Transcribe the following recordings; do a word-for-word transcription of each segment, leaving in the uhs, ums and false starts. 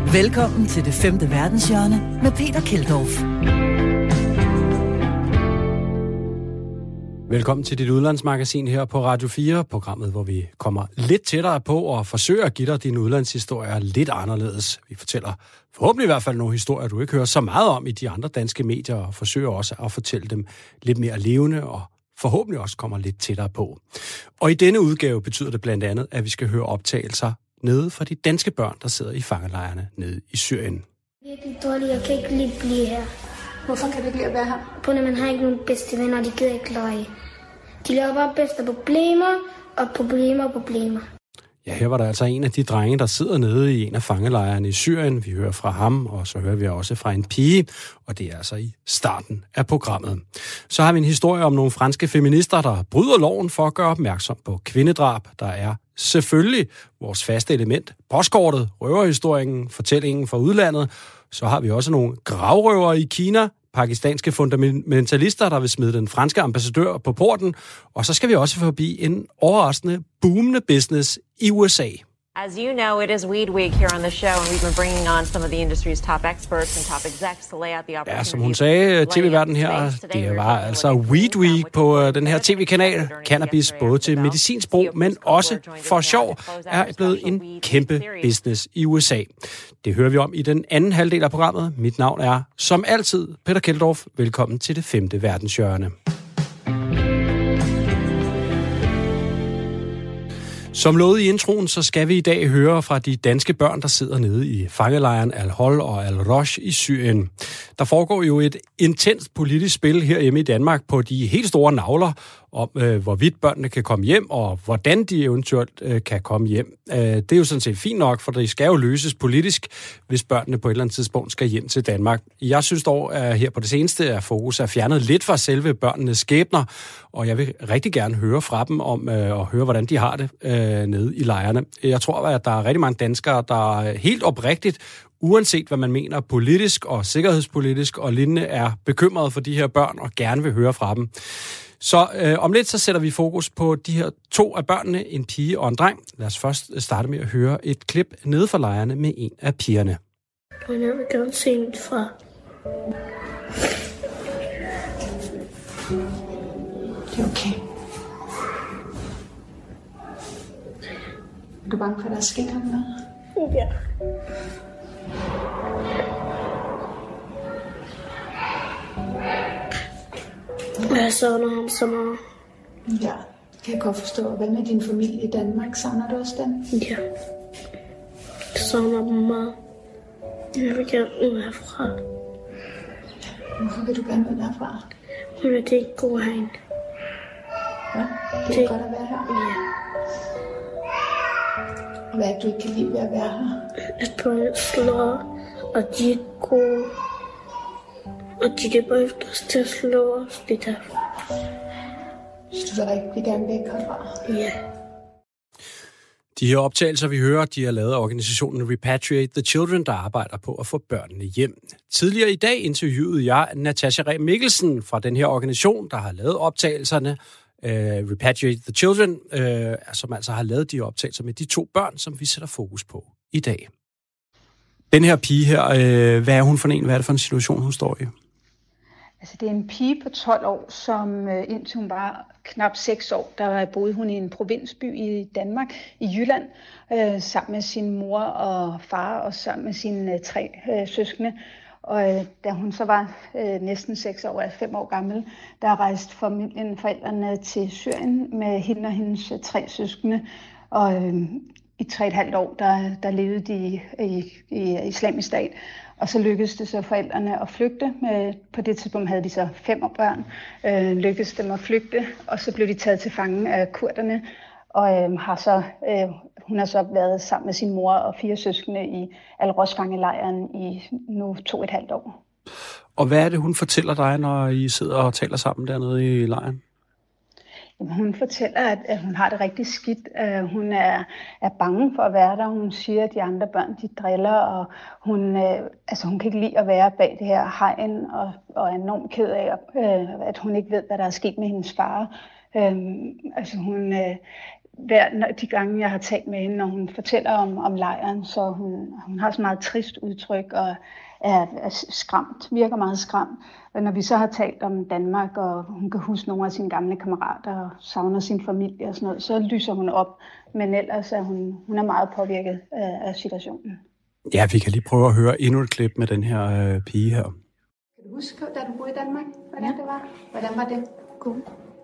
Velkommen til det femte verdenshjørne med Peter Keldorf. Velkommen til dit udlandsmagasin her på Radio fire, programmet, hvor vi kommer lidt tættere på og forsøger at give dig dine udlandshistorier lidt anderledes. Vi fortæller forhåbentlig i hvert fald nogle historier, du ikke hører så meget om i de andre danske medier, og forsøger også at fortælle dem lidt mere levende og forhåbentlig også kommer lidt tættere på. Og i denne udgave betyder det blandt andet, at vi skal høre optagelser nede fra de danske børn, der sidder i fangelejrene nede i Syrien. Virkelig dårligt, jeg kan ikke lige blive her. Hvorfor kan du ikke lide at være her? På når man har ikke nogen bedste venner, og de gider ikke lege. De laver bare bedste problemer, og problemer og problemer. Ja, her var der altså en af de drenge, der sidder nede i en af fangelejrene i Syrien. Vi hører fra ham, og så hører vi også fra en pige, og det er altså i starten af programmet. Så har vi en historie om nogle franske feminister, der bryder loven for at gøre opmærksom på kvindedrab. Der er selvfølgelig vores faste element, postkortet, røverhistorien, fortællingen fra udlandet. Så har vi også nogle gravrøvere i Kina, pakistanske fundamentalister, der vil smide den franske ambassadør på porten. Og så skal vi også forbi en overraskende, boomende business i U S A. As you know, it is Weed Week here on the show, and we've been bringing on some of the industry's top experts and top execs to lay out the opportunity. Ja, som hun sagde, tv-verden her, det var altså Weed Week på den her tv-kanal. Cannabis både til medicinsk brug, men også for sjov, er blevet en kæmpe business i U S A. Det hører vi om i den anden halvdel af programmet. Mit navn er, som altid, Peter Keldorf. Velkommen til det femte verdenshjørne. Som lovet i introen, så skal vi i dag høre fra de danske børn, der sidder nede i fangelejren Al-Hol og Al-Rosh i Syrien. Der foregår jo et intenst politisk spil herhjemme i Danmark på de helt store navler om, øh, hvorvidt børnene kan komme hjem, og hvordan de eventuelt øh, kan komme hjem. Øh, det er jo sådan set fint nok, for det skal jo løses politisk, hvis børnene på et eller andet tidspunkt skal hjem til Danmark. Jeg synes dog, at her på det seneste, at fokus er fjernet lidt fra selve børnenes skæbner, og jeg vil rigtig gerne høre fra dem om øh, og høre, hvordan de har det øh, nede i lejrene. Jeg tror, at der er rigtig mange danskere, der helt oprigtigt, uanset hvad man mener politisk og sikkerhedspolitisk og lignende, er bekymrede for de her børn og gerne vil høre fra dem. Så øh, om lidt så sætter vi fokus på de her to af børnene, en pige og en dreng. Lad os først starte med at høre et klip nede fra lejrene med en af pigerne. Men jeg vil gerne se en fra. Det er okay. Er du bange for, at der er sket ham noget? Ja. Jeg savner ham så meget. Ja, det kan jeg godt forstå. Hvad med din familie i Danmark? Savner du også dem? Ja. Jeg savner dem meget. Jeg vil gerne ud herfra. Hvorfor vil du gerne ud herfra? Jeg vil det ikke gå herind. Ja, det er det... godt at være her. Ja. Og hvad er det, du ikke kan lide ved at være her? At børnene slår, og de er gode. Og de løber efter os til at slå os. Det er derfor. Så du vil rigtig gerne væk herfra? Ja. De her optagelser, vi hører, de er lavet af organisationen Repatriate the Children, der arbejder på at få børnene hjem. Tidligere i dag interviewede jeg Natasha Reh Mikkelsen fra den her organisation, der har lavet optagelserne, Uh, Repatriate the Children, uh, som altså har lavet de optagelser med de to børn, som vi sætter fokus på i dag. Den her pige her, uh, hvad er hun for en? Hvad er det for en situation, hun står i? Altså, det er en pige på tolv år, som uh, indtil hun var knap seks år, der boede hun i en provinsby i Danmark, i Jylland, uh, sammen med sin mor og far, og sammen med sine uh, tre uh, søskende. Og øh, da hun så var øh, næsten seks år, altså fem år gammel, der rejste familien, forældrene til Syrien med hende og hendes øh, tre søskende. Og øh, i tre og et halvt år, der, der levede de i, i, i Islamisk Stat. Og så lykkedes det så forældrene at flygte. Med, på det tidspunkt havde de så fem børn. Øh, lykkedes dem at flygte, og så blev de taget til fange af kurderne. Og øh, har så, øh, hun har så været sammen med sin mor og fire søskende i Al-Rosh-fangelejren i nu to og et halvt år. Og hvad er det, hun fortæller dig, når I sidder og taler sammen dernede i lejren? Jamen, hun fortæller, at, at hun har det rigtig skidt. Uh, hun er, er bange for at være der. Hun siger, at de andre børn de driller, og hun, uh, altså, hun kan ikke lide at være bag det her hegn, og, og er enormt ked af, uh, at hun ikke ved, hvad der er sket med hendes far. Uh, altså, hun... Uh, hver de gange, jeg har talt med hende, når hun fortæller om, om lejren, så hun, hun har så meget trist udtryk og er, er skræmt, virker meget skræmt. Og når vi så har talt om Danmark, og hun kan huske nogle af sine gamle kammerater og savner sin familie og sådan noget, så lyser hun op. Men ellers er hun, hun er meget påvirket af, af situationen. Ja, vi kan lige prøve at høre endnu et klip med den her øh, pige her. Kan du huske, da du boede i Danmark, hvordan det var? Hvordan var det? God.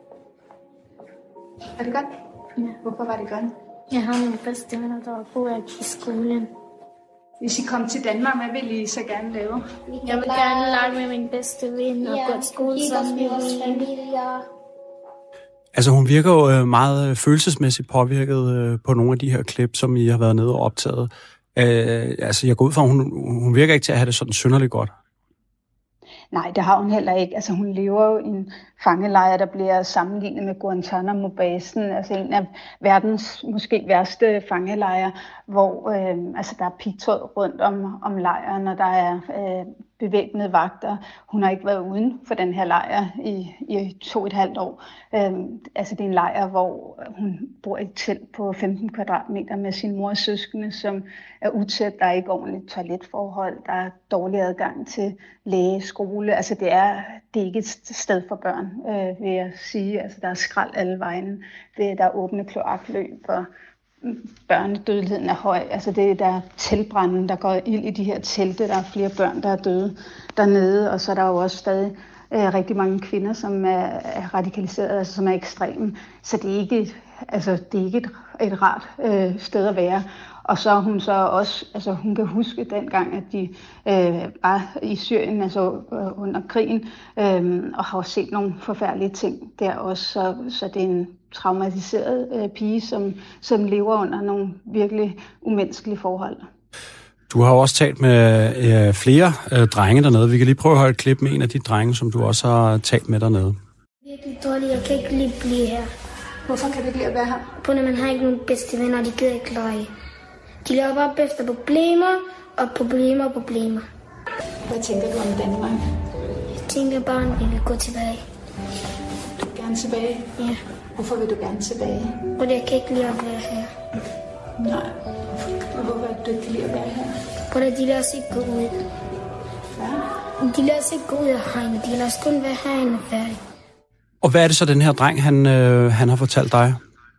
Er det godt? Ja. Hvorfor var det godt? Jeg har nogle bedste venner, der var gode at i skolen. Hvis I kom til Danmark, hvad ville I så gerne lave? Jeg vil gerne lege med min bedste ven og gå til skole sammen med familier. Altså hun virker jo meget følelsesmæssigt påvirket på nogle af de her klip, som I har været nede og optaget. Øh, altså jeg går ud fra, at hun, hun virker ikke til at have det sådan synderligt godt. Nej, det har hun heller ikke. Altså hun lever jo i en fangelejr, der bliver sammenlignet med Guantanamo-basen, altså en af verdens måske værste fangelejre, hvor øh, altså der er pigtråd rundt om, om lejren, og der er øh, bevæbnede vagter. Hun har ikke været uden for den her lejr i, i to og et halvt år. Øh, altså det er en lejr, hvor hun bor i et telt på femten kvadratmeter med sin mor og søskende, som er utæt. Der er ikke ordentligt toiletforhold, der er dårlig adgang til læge, skole. Altså det er, det er ikke et sted for børn, øh, vil jeg sige. Altså der er skrald alle vegne. Det, der er åbne kloakløb, og børnedødeligheden er høj. Altså det, der er teltbranden, der går ild i de her telte. Der er flere børn, der er døde dernede, og så er der jo også stadig øh, rigtig mange kvinder, som er, er radikaliseret, altså som er ekstreme. Så det er ikke, altså, det er ikke et, et rart øh, sted at være. Og så hun så også, altså hun kan huske dengang, at de øh, var i Syrien, altså øh, under krigen, øh, og har set nogle forfærdelige ting der også. Så, så det er en traumatiseret øh, pige, som, som lever under nogle virkelig umenneskelige forhold. Du har jo også talt med øh, flere øh, drenge dernede. Vi kan lige prøve at høre et klip med en af de drenge, som du også har talt med dernede. Virkelig dårligt, jeg kan ikke lige blive her. Hvorfor kan du ikke lide at være her? På når man har ikke nogen bedste venner, og de gider ikke lege. De laver bare op efter problemer, og problemer og problemer. Hvad tænker du om Danmark? Jeg tænker bare, at vi vil gå tilbage. Du vil gerne tilbage? Ja. Hvorfor vil du gerne tilbage? Og jeg kan ikke lide at være her. Nej. Og hvorfor vil du ikke lide at være her? For de lader os ikke gå ud. Hvad? De lader os ikke gå ud af hegnet. De lader os kun være herinde og færdig. Og hvad er det så, den her dreng, han, øh, han har fortalt dig?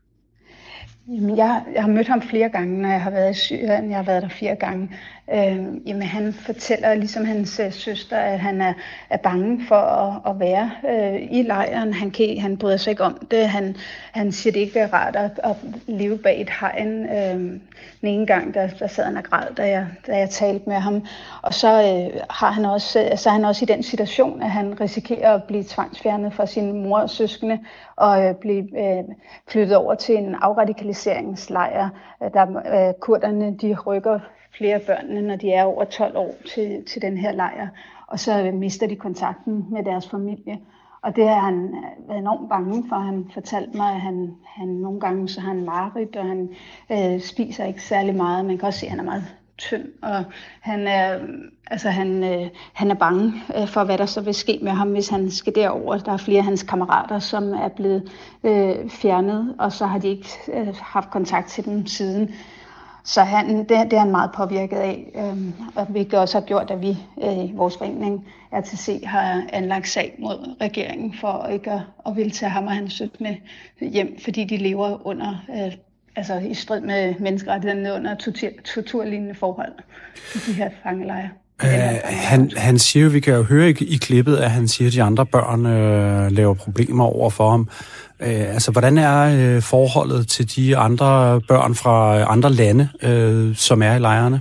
Jamen, jeg, jeg har mødt ham flere gange, når jeg har været i Syrien. Jeg har været der fire gange. Øh, jamen, han fortæller, ligesom hans øh, søster, at han er, er bange for at, at være øh, i lejren. Han, kan, han bryder sig ikke om det. Han, han siger, det ikke er rart at, at leve bag et hegn. Øh, den ene gang, der, der sad han og græd, da jeg, da jeg talte med ham. Og så, øh, har han også, så er han også i den situation, at han risikerer at blive tvangsfjernet fra sin mor og søskende og øh, blive øh, flyttet over til en afradikaliseringslejr. Der øh, kurderne, de rykker flere af børnene, når de er over tolv år til, til den her lejr, og så mister de kontakten med deres familie. Og det har han været enormt bange for. Han fortalte mig, at han, han nogle gange så har han mareridt, og han øh, spiser ikke særlig meget. Man kan også se, at han er meget tynd, og han er, altså han, øh, han er bange for, hvad der så vil ske med ham, hvis han skal derover. Der er flere af hans kammerater, som er blevet øh, fjernet, og så har de ikke øh, haft kontakt til dem siden. Så han, det, det er han meget påvirket af, øhm, og hvilket også har gjort, at vi øh, i vores forening R T C har anlagt sag mod regeringen for ikke at, at ville tage ham og hans søskende hjem, fordi de lever under, øh, altså i strid med menneskerettighederne under tortur, torturlignende forhold i de her fangelejre. Øh, han, han siger jo, vi kan jo høre i, i klippet, at han siger, at de andre børn øh, laver problemer over for ham. Øh, altså, hvordan er øh, forholdet til de andre børn fra andre lande, øh, som er i lejrene?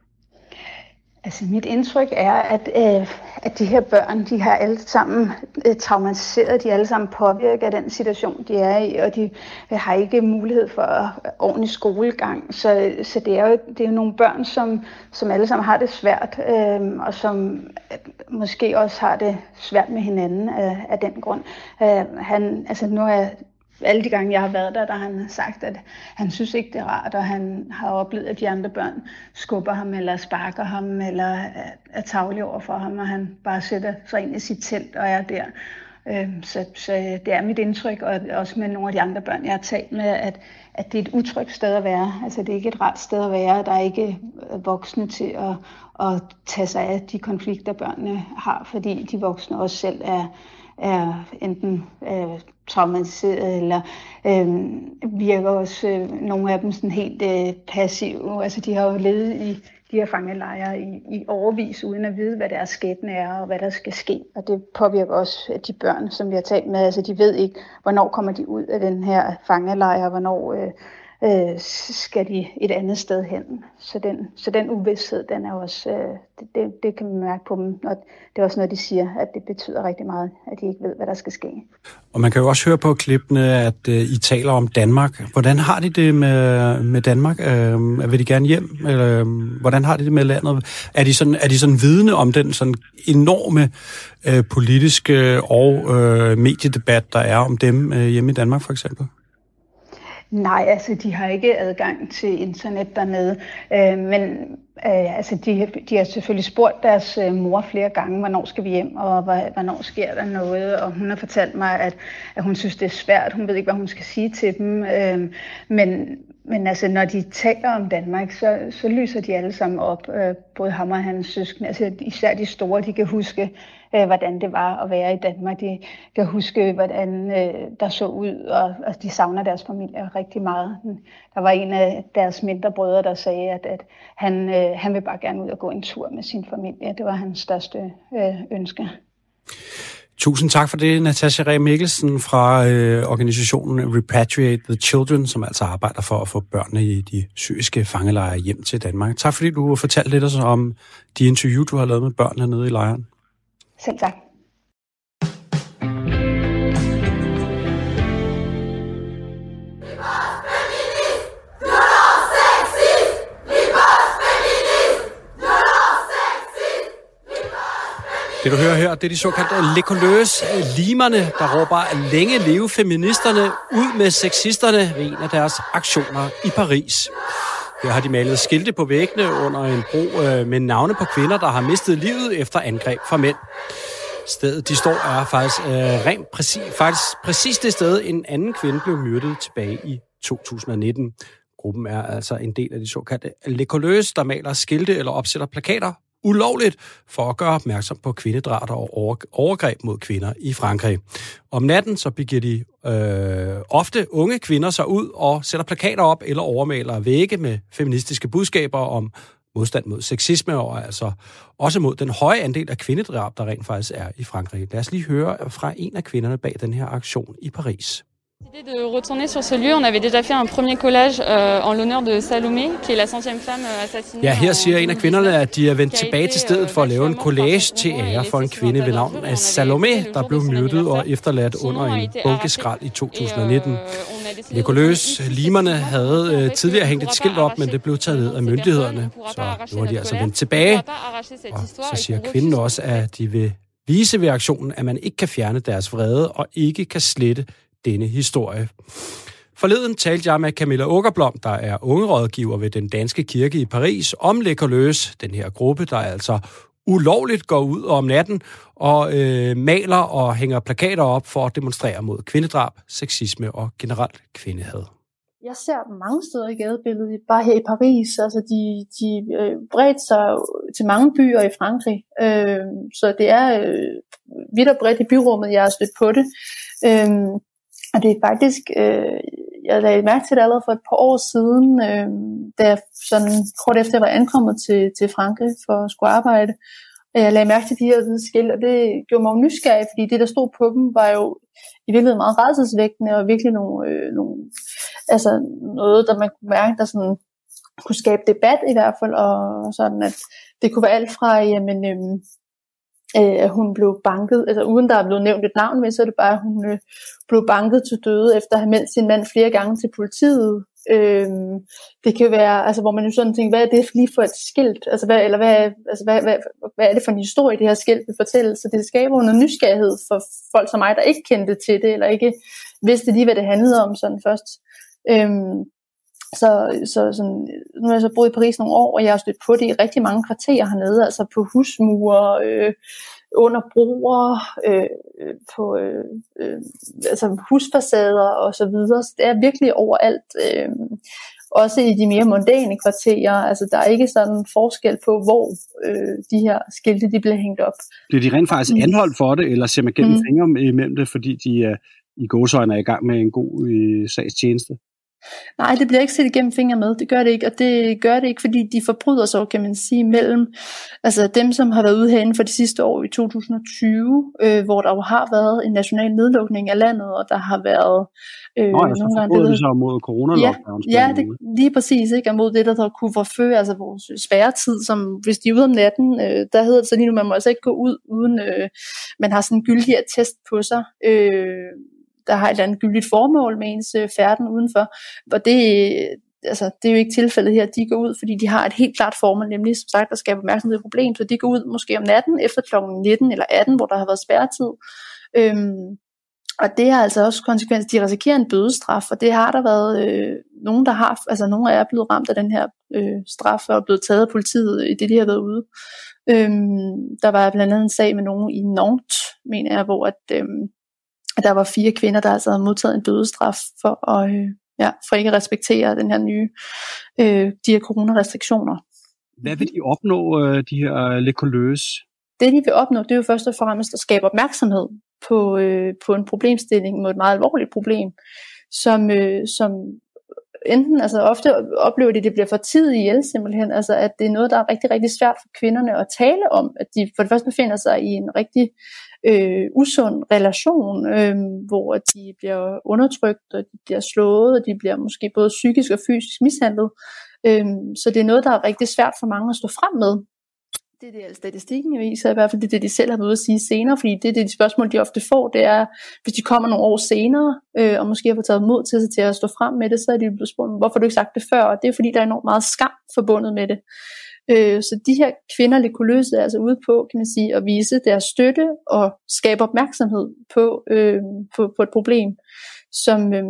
Altså, mit indtryk er, at, øh, at de her børn, de har alle sammen øh, traumatiseret, de er alle sammen påvirket af den situation, de er i, og de øh, har ikke mulighed for øh, ordentlig skolegang. Så, så det er jo det er jo nogle børn, som, som alle sammen har det svært, øh, og som øh, måske også har det svært med hinanden øh, af den grund. Øh, han, altså, nu er alle de gange, jeg har været der, der har han sagt, at han synes ikke, det er rart, og han har oplevet, at de andre børn skubber ham, eller sparker ham, eller er tavlige over for ham, og han bare sætter sig ind i sit telt og er der. Øh, så, så det er mit indtryk, og også med nogle af de andre børn, jeg har talt med, at, at det er et utrygt sted at være. Altså det er ikke et rart sted at være. Der er ikke voksne til at, at tage sig af de konflikter, børnene har, fordi de voksne også selv er, er enten øh, traumatiseret, eller øh, virker også øh, nogle af dem sådan helt øh, passive. Altså de har jo levet i de her fangelejre i, i årevis, uden at vide, hvad deres skæbne er, og hvad der skal ske. Og det påvirker også de børn, som vi har talt med. Altså de ved ikke, hvornår kommer de ud af den her fangelejre, og hvornår øh, øh, skal de et andet sted hen. Så den, så den uvidshed, den er også, øh, det, det, det kan man mærke på dem. Og det er også noget, de siger, at det betyder rigtig meget, at de ikke ved, hvad der skal ske. Og man kan jo også høre på klippene, at øh, I taler om Danmark. Hvordan har de det med, med Danmark? Øh, vil de gerne hjem? Eller, øh, hvordan har de det med landet? Er de sådan, er de sådan vidne om den sådan enorme øh, politiske og øh, mediedebat, der er om dem øh, hjemme i Danmark for eksempel? Nej, altså de har ikke adgang til internet dernede, øh, men øh, altså de, de har selvfølgelig spurgt deres øh, mor flere gange, hvornår skal vi hjem, og hvornår sker der noget, og hun har fortalt mig, at, at hun synes, det er svært, hun ved ikke, hvad hun skal sige til dem, øh, men, men altså når de taler om Danmark, så, så lyser de alle sammen op, øh, både ham og hans søskende, altså især de store, de kan huske, hvordan det var at være i Danmark. De kan huske, hvordan øh, der så ud, og, og de savner deres familie rigtig meget. Der var en af deres mindre brødre, der sagde, at, at han, øh, han vil bare gerne ud og gå en tur med sin familie. Det var hans største øh, ønske. Tusind tak for det, Natasha Ree Mikkelsen fra øh, organisationen Repatriate the Children, som altså arbejder for at få børnene i de syriske fangelejre hjem til Danmark. Tak fordi du fortalte lidt om de interview, du har lavet med børnene nede i lejren. Selv tak. Det du hører her, det er de såkaldte L'écoleuse, limerne, der råber længe leve feministerne ud med sexisterne ved en af deres aktioner i Paris. Her har de malet skilte på væggene under en bro med navne på kvinder, der har mistet livet efter angreb fra mænd. Stedet, de står, er faktisk øh, rent præcis, faktisk præcis det sted, en anden kvinde blev myrdet tilbage i to tusind nitten. Gruppen er altså en del af de såkaldte L'écoleuse, der maler skilte eller opsætter plakater ulovligt for at gøre opmærksom på kvindedrab og overgreb mod kvinder i Frankrig. Om natten så begiver de øh, ofte unge kvinder sig ud og sætter plakater op eller overmaler vægge med feministiske budskaber om modstand mod sexisme og altså også mod den høje andel af kvindedrab, der rent faktisk er i Frankrig. Lad os lige høre fra en af kvinderne bag den her aktion i Paris. L'idée de retourner sur ce lieu, on avait déjà fait un premier collage euh, en l'honneur de Salomé, qui est la centième femme assassinée. Ja, her siger en af kvinderne, at de er vendt tilbage til stedet for at lave en collage til ære for en kvinde ved navn af Salomé, der blev myrdet og efterladt under en bunkeskrald i to tusind nitten. L'écoleuse, limerne havde øh, tidligere hængt et skilt op, men det blev taget ned af myndighederne, så nu er de altså vendt tilbage. Og så siger kvinden også, at de vil vise ved aktionen, at man ikke kan fjerne deres vrede og ikke kan slette denne historie. Forleden talte jeg med Camilla Åkerblom, der er ungerådgiver ved den danske kirke i Paris, om L'écoleuse, den her gruppe, der altså ulovligt går ud om natten og øh, maler og hænger plakater op for at demonstrere mod kvindedrab, sexisme og generelt kvindehad. Jeg ser mange steder i gadebilledet, bare her i Paris. Altså de, de øh, bredt sig til mange byer i Frankrig. Øh, så det er øh, vidt og bredt i byrummet, jeg har stødt på det. Øh, Og det er faktisk, øh, jeg lagde mærke til det allerede for et par år siden, øh, da jeg sådan kort efter jeg var ankommet til, til Frankrig for at skulle arbejde. Jeg lagde mærke til de her hvide skilte, og det gjorde mig jo nysgerrig, fordi det, der stod på dem, var jo i virkeligheden meget rædselsvækkende, og virkelig nogle, øh, nogle, altså noget, der man kunne mærke, der sådan kunne skabe debat i hvert fald, og sådan, at det kunne være alt fra, jamen, øh, at hun blev banket, altså uden der er blevet nævnt et navn med, så er det bare, at hun øh, blev banket til døde, efter at have meldt sin mand flere gange til politiet. Øhm, det kan være, altså hvor man jo sådan tænker, hvad er det lige for et skilt? Altså hvad, eller hvad, altså hvad, hvad, hvad er det for en historie, det her skilt vil fortælle? Så det skaber jo noget nysgerrighed for folk som mig, der ikke kendte til det, eller ikke vidste lige, hvad det handlede om sådan først. Øhm, Så, så sådan, nu har jeg så boet i Paris nogle år, og jeg har stødt på det i rigtig mange kvarterer hernede, altså på husmure, øh, under broer, øh, på øh, øh, altså husfacader og så videre. Så det er virkelig overalt. Øh, også i de mere mondæne kvarterer. Altså der er ikke sådan forskel på, hvor øh, de her skilte de bliver hængt op. Bliver de rent faktisk anholdt for det, eller ser man gennem mm. fingre imellem det, fordi de er i gåseøjne er i gang med en god øh, sagstjeneste? Nej, det bliver ikke set igennem fingre med, det gør det ikke, og det gør det ikke, fordi de forbryder sig, kan man sige, mellem altså dem, som har været ude herinde for de sidste år i to tusind og tyve, øh, hvor der jo har været en national nedlukning af landet, og der har været øh, Nå, altså, nogle gange... Nå, det sig mod corona-lockdowns. Ja, ja det, lige præcis, ikke, og mod det, der, der kunne forføre, altså vores spærretid, som hvis de er ude om natten, øh, der hedder det så lige nu, man må altså ikke gå ud, uden øh, man har sådan en gyldig attest på sig, øh, der har et eller andet gyldigt formål med ens øh, færden udenfor, og det, altså, det er jo ikke tilfældet her, de går ud, fordi de har et helt klart formål, nemlig som sagt at skabe opmærksomhed på problem, så de går ud måske om natten efter klokken nitten eller atten, hvor der har været spærretid, øhm, og det har altså også konsekvenser, de risikerer en bødestraf, og det har der været øh, nogen, der har, altså nogen er blevet ramt af den her øh, straf, og er blevet taget af politiet i det, de har været ude. Øhm, der var blandt andet en sag med nogen i Nantes, mener jeg, hvor at øh, der var fire kvinder, der altså havde modtaget en bødestraf for, at, øh, ja, for ikke at respektere den her nye, øh, de her coronarestriktioner. Hvad vil de opnå, øh, de her lekoløse? Det, de vil opnå, det er jo først og fremmest at skabe opmærksomhed på, øh, på en problemstilling, mod et meget alvorligt problem, som, øh, som enten, altså ofte oplever de, at det bliver for tidligt ihjel simpelthen, altså at det er noget, der er rigtig, rigtig svært for kvinderne at tale om, at de for det første befinder sig i en rigtig øh, usund relation, øh, hvor de bliver undertrykt, og de bliver slået, og de bliver måske både psykisk og fysisk mishandlet, øh, så det er noget, der er rigtig svært for mange at stå frem med. Det er det, statistikken viser, i hvert fald det er det, de selv har været ude at sige senere, fordi det er det, de spørgsmål, de ofte får, det er, hvis de kommer nogle år senere, øh, og måske har fået taget mod til sig til at stå frem med det, så er de blevet spurgt, hvorfor har du ikke sagt det før? Og det er fordi, der er enormt meget skam forbundet med det. Øh, så de her kvinder, lekoløse, er altså ude på, kan man sige, at vise deres støtte og skabe opmærksomhed på, øh, på, på et problem, som, øh,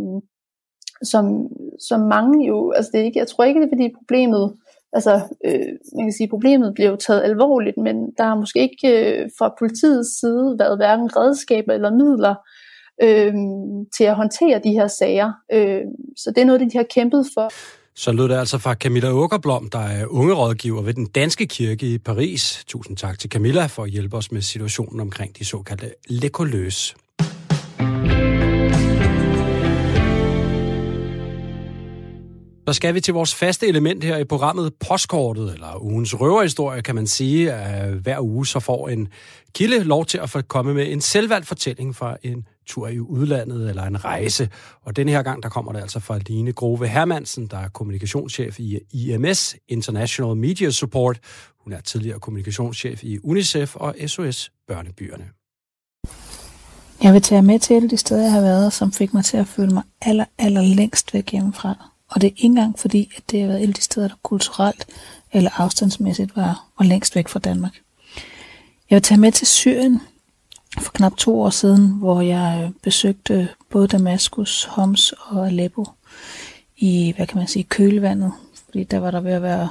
som, som mange jo, altså det er ikke, jeg tror ikke, det er fordi problemet, Altså, øh, man kan sige, problemet bliver jo taget alvorligt, men der har måske ikke øh, fra politiets side været hverken redskaber eller midler øh, til at håndtere de her sager. Øh, så det er noget, de har kæmpet for. Så lød det altså fra Camilla Åkerblom, der er ungerådgiver ved den danske kirke i Paris. Tusind tak til Camilla for at hjælpe os med situationen omkring de såkaldte lekoløse. Så skal vi til vores faste element her i programmet, postkortet, eller ugens røverhistorie, kan man sige. Hver uge så får en kilde lov til at få komme med en selvvalgt fortælling fra en tur i udlandet eller en rejse. Og denne her gang, der kommer det altså fra Line Grove Hermansen, der er kommunikationschef i I M S, International Media Support. Hun er tidligere kommunikationschef i UNICEF og S O S Børnebyerne. Jeg vil tage med til alle de steder, jeg har været, som fik mig til at føle mig aller, aller længst væk hjemmefra. Og det er ikke engang fordi, at det har været et af de steder, der kulturelt eller afstandsmæssigt var, var længst væk fra Danmark. Jeg vil tage med til Syrien for knap to år siden, hvor jeg besøgte både Damaskus, Homs og Aleppo i, hvad kan man sige, kølvandet. Fordi der var der ved at være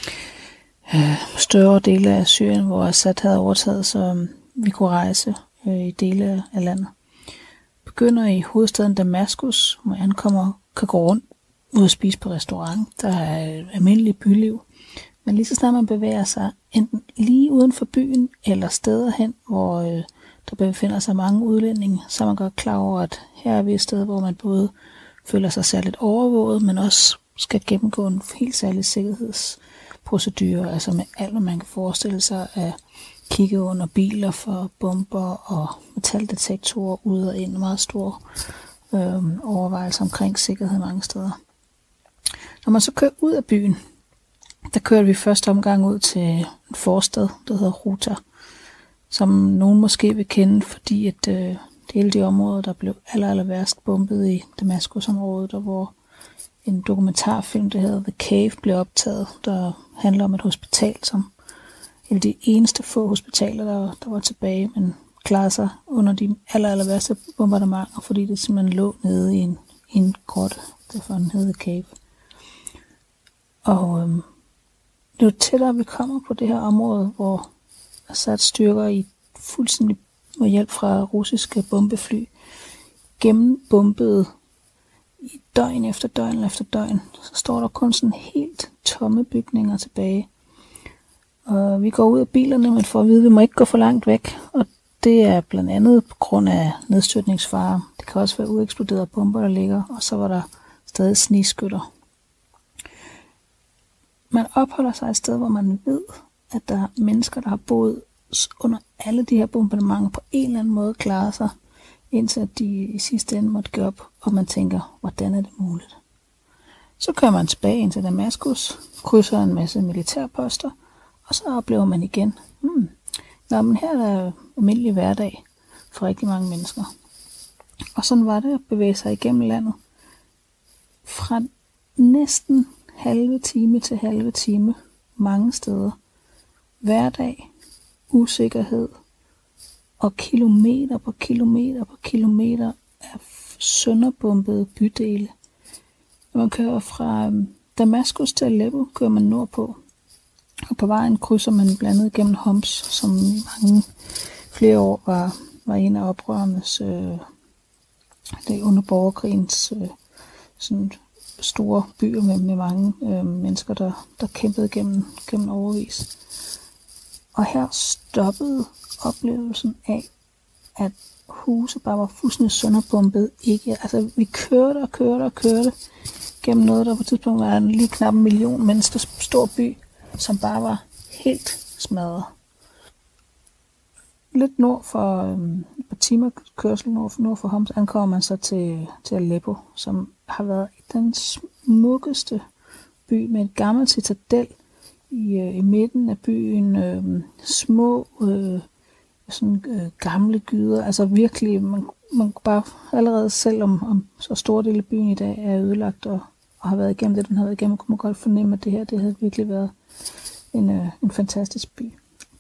øh, større dele af Syrien, hvor Assad havde overtaget, så vi kunne rejse øh, i dele af landet. Begynder i hovedstaden Damaskus, hvor jeg ankommer, kan gå rundt ude at spise på restaurant. Der er almindelig byliv. Men lige så snart man bevæger sig enten lige uden for byen, eller steder hen, hvor øh, der befinder sig mange udlændinge, så er man godt klar over, at her er vi et sted, hvor man både føler sig særligt overvåget, men også skal gennemgå en helt særlig sikkerhedsprocedure, altså med alt, hvad man kan forestille sig at kigge under biler for bomber og metaldetektorer ud og ind. Meget store øh, overvejelser omkring sikkerhed mange steder. Når man så kører ud af byen, der kører vi første omgang ud til en forstad, der hedder Ruta, som nogen måske vil kende, fordi at, øh, det er hele de områder, der blev aller, aller værst bombet i Damaskusområdet, og hvor en dokumentarfilm, der hedder The Cave, blev optaget, der handler om et hospital, som er de eneste få hospitaler, der, der var tilbage, men klarede sig under de aller, aller værste bombardementer, fordi det simpelthen lå nede i en, i en grotte, derfor den hedder The Cave. Og øhm, jo tættere vi kommer på det her område, hvor Assads styrker i fuldstændig med hjælp fra russiske bombefly gennembombede i døgn efter døgn efter døgn, så står der kun sådan helt tomme bygninger tilbage. Og vi går ud af bilerne, men for at vide, at vi må ikke gå for langt væk. Og det er blandt andet på grund af nedstyrtningsfare. Det kan også være ueksploderede bomber, der ligger, og så var der stadig snigskytter. Man opholder sig et sted, hvor man ved, at der er mennesker, der har boet under alle de her bombardementer på en eller anden måde klarer sig, indtil de i sidste ende måtte gå op, og man tænker, hvordan er det muligt? Så kører man tilbage ind til Damaskus, krydser en masse militærposter, og så oplever man igen, hmm, nå, men her er der almindelig hverdag for rigtig mange mennesker. Og sådan var det at bevæge sig igennem landet. Fra næsten halve time til halve time, mange steder. Hverdag, usikkerhed og kilometer på kilometer på kilometer af sønderbombede bydele. Når man kører fra Damaskus til Aleppo, kører man nordpå. Og på vejen krydser man blandt andet gennem Homs, som i mange flere år var, var en af oprørernes, øh, det under borgerkrigens øh, sådan store byer med, med mange øh, mennesker, der, der kæmpede gennem, gennem overvis. Og her stoppede oplevelsen af, at huset bare var fuldstændig sønderbombet. Ikke, altså vi kørte og kørte og kørte gennem noget, der på et tidspunkt var en lige knap en million menneskers stor by, som bare var helt smadret. Lidt nord for øhm, på timer kørsel nord for, nord for Homs ankommer man så til, til Aleppo, som har været den smukkeste by med et gammelt citadel i, øh, i midten af byen. Øh, små øh, sådan, øh, gamle gyder, altså virkelig, man, man bare allerede selv om, om så stor del af byen i dag er ødelagt og, og har været igennem det, den har været igennem, kunne man godt fornemme, at det her, det havde virkelig været en, øh, en fantastisk by.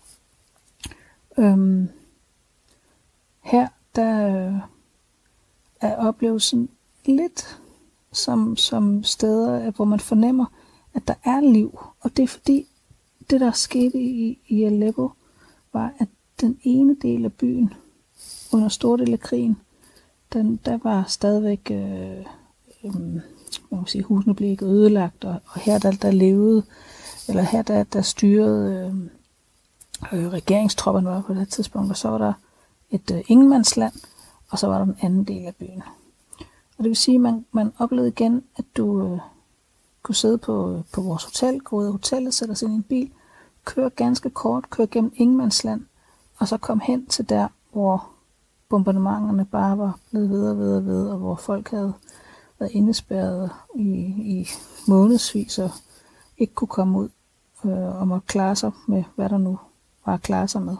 Øhm, her der øh, er oplevelsen lidt som, som steder, hvor man fornemmer, at der er liv. Og det er fordi, det der skete i, i Aleppo, var, at den ene del af byen, under store del af krigen, den, der var stadigvæk, øh, øh, man kan sige, husene blev ikke ødelagt, og, og her der, der levede, eller her der, der styrede øh, øh, regeringstropperne var på det tidspunkt, og så var der et øh, ingenmandsland, og så var der den anden del af byen. Og det vil sige, at man, man oplevede igen, at du øh, kunne sidde på, på vores hotel, gå ud af hotellet, sætte sig ind i en bil, køre ganske kort, køre gennem ingenmandsland, og så kom hen til der, hvor bombardementerne bare var blevet ved og ved og ved, og hvor folk havde været indespærret i, i månedsvis og ikke kunne komme ud øh, og måtte klare sig med, hvad der nu var at klare sig med.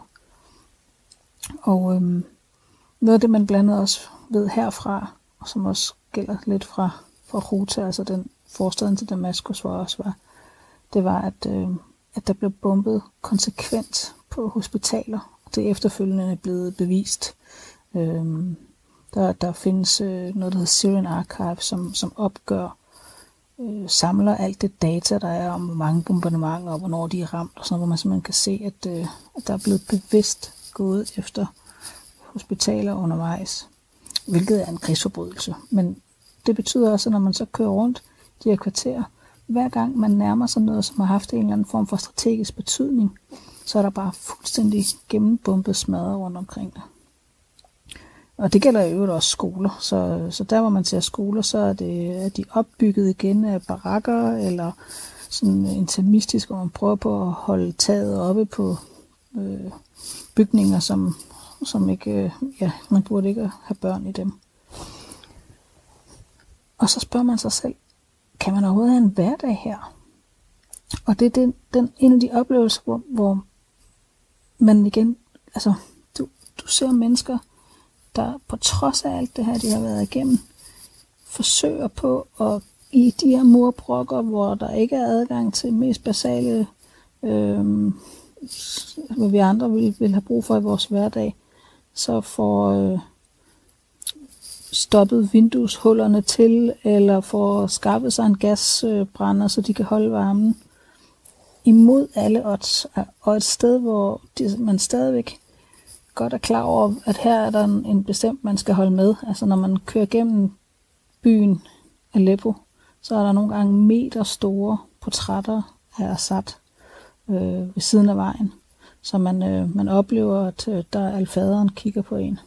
Og øhm, noget af det, man blandt andet også ved herfra, og som også gælder lidt fra, fra Ghouta, altså den forstaden til Damaskus, hvor også var, det var, at, øh, at der blev bombet konsekvent på hospitaler. Det er efterfølgende blevet bevist. Øhm, der, der findes øh, noget, der hedder Syrian Archive, som, som opgør, øh, samler alt det data, der er om, hvor mange bombardementer og hvornår de er ramt, og sådan noget, hvor man simpelthen kan se, at, øh, at der er blevet bevidst gået efter hospitaler undervejs, hvilket er en krigsforbrydelse. Men det betyder også, at når man så kører rundt de her kvarterer, hver gang man nærmer sig noget, som har haft en eller anden form for strategisk betydning, så er der bare fuldstændig gennembumpet smadret rundt omkring det. Og det gælder jo også skoler. Så, så der, hvor man ser skoler, så er, det, er de opbygget igen af barakker, eller sådan intimistisk, hvor man prøver på at holde taget oppe på øh, bygninger, som, som ikke, øh, ja, man burde ikke have børn i dem. Og så spørger man sig selv, kan man overhovedet have en hverdag her? Og det er den, den, en af de oplevelser, hvor, hvor man igen, altså, du, du ser mennesker, der på trods af alt det her, de har været igennem, forsøger på at i de her murbrokker, hvor der ikke er adgang til mest basale, øh, hvad vi andre vil, vil have brug for i vores hverdag, så får øh, stoppet vindueshullerne til, eller får skaffet sig en gasbrænder, så de kan holde varmen imod alle odds, og et sted, hvor de, man stadigvæk godt er klar over, at her er der en, en bestemt, man skal holde med. Altså når man kører gennem byen Aleppo, så er der nogle gange meter store portrætter af Assad øh, ved siden af vejen. Så man, øh, man oplever, at øh, der er alfaderen kigger på en.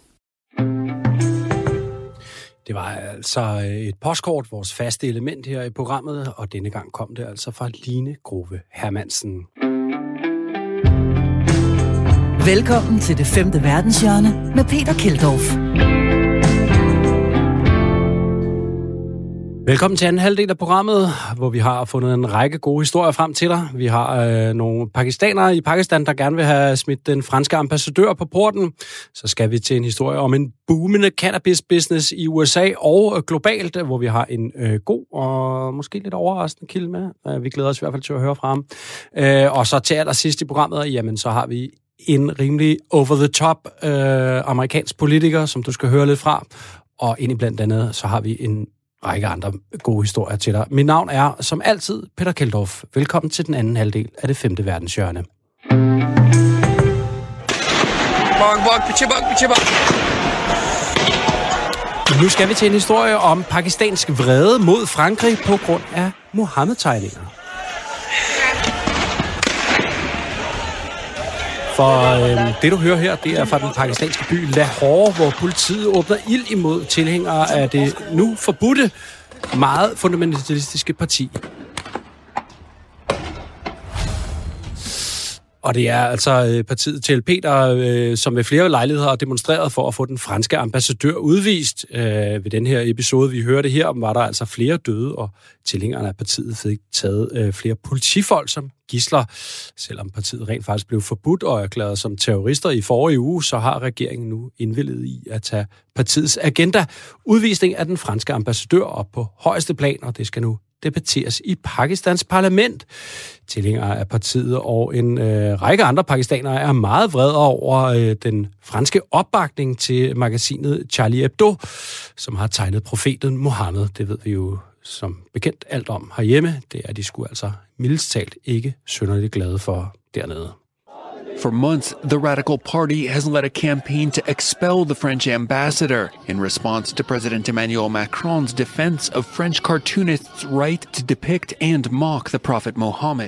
Det var altså et postkort, vores faste element her i programmet, og denne gang kom det altså fra Line Grove Hermansen. Velkommen til det femte verdenshjørne med Peter Keldorf. Velkommen til anden halvdel af programmet, hvor vi har fundet en række gode historier frem til dig. Vi har øh, nogle pakistanere i Pakistan, der gerne vil have smidt den franske ambassadør på porten. Så skal vi til en historie om en boomende cannabis-business i U S A og globalt, hvor vi har en øh, god og måske lidt overraskende kilde med. Vi glæder os i hvert fald til at høre fra ham. Øh, og så til allersidst i programmet, jamen så har vi en rimelig over-the-top øh, amerikansk politiker, som du skal høre lidt fra. Og ind i blandt andet, så har vi en række andre gode historier til dig. Mit navn er, som altid, Peter Keldorf. Velkommen til den anden halvdel af det femte verdenshjørne. Nu skal vi til en historie om pakistansk vrede mod Frankrig på grund af Mohammed-tegninger. For øh, det, du hører her, det er fra den pakistanske by Lahore, hvor politiet åbner ild imod tilhængere af det nu forbudte, meget fundamentalistiske parti. Og det er altså partiet T L P, der øh, som ved flere lejligheder har demonstreret for at få den franske ambassadør udvist. Øh, ved den her episode, vi hørte her, var der altså flere døde, og tilhængerne af partiet fik taget øh, flere politifolk som gidsler. Selvom partiet rent faktisk blev forbudt og erklæret som terrorister i forrige uge, så har regeringen nu indvilliget i at tage partiets agenda. Udvisning af den franske ambassadør op på højeste plan, og det skal nu debatteres i Pakistans parlament. Tilhængere af partiet og en øh, række andre pakistanere er meget vrede over øh, den franske opbakning til magasinet Charlie Hebdo, som har tegnet profeten Mohammed. Det ved vi jo som bekendt alt om herhjemme. Det er de sgu altså mildest talt ikke synderligt glade for dernede. For months, the Radical Party has led a campaign to expel the French ambassador in response to President Emmanuel Macron's defense of French cartoonists' right to depict and mock the Prophet Muhammad.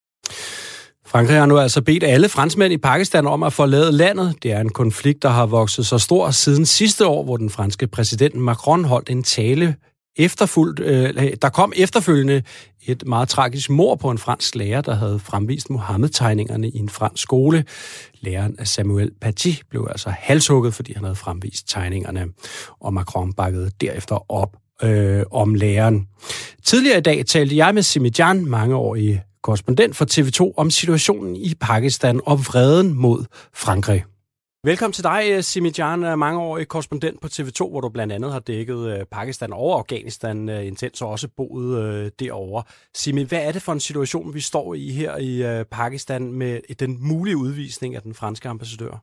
Frankrig har nu altså bedt alle franskmænd i Pakistan om at forlade landet. Det er en konflikt, der har vokset så stor siden sidste år, hvor den franske præsident Macron holdt en tale efterfulgt. Øh, der kom efterfølgende et meget tragisk mord på en fransk lærer, der havde fremvist Mohammed-tegningerne i en fransk skole. Læreren af Samuel Paty blev altså halshugget, fordi han havde fremvist tegningerne, og Macron bakkede derefter op øh, om læreren. Tidligere i dag talte jeg med Simi Jan, mangeårig korrespondent for T V to, om situationen i Pakistan og vreden mod Frankrig. Velkommen til dig, Simi Jan, mangeårig korrespondent på T V to, hvor du blandt andet har dækket Pakistan og Afghanistan intens og også boet derovre. Simi, hvad er det for en situation, vi står i her i Pakistan med den mulige udvisning af den franske ambassadør?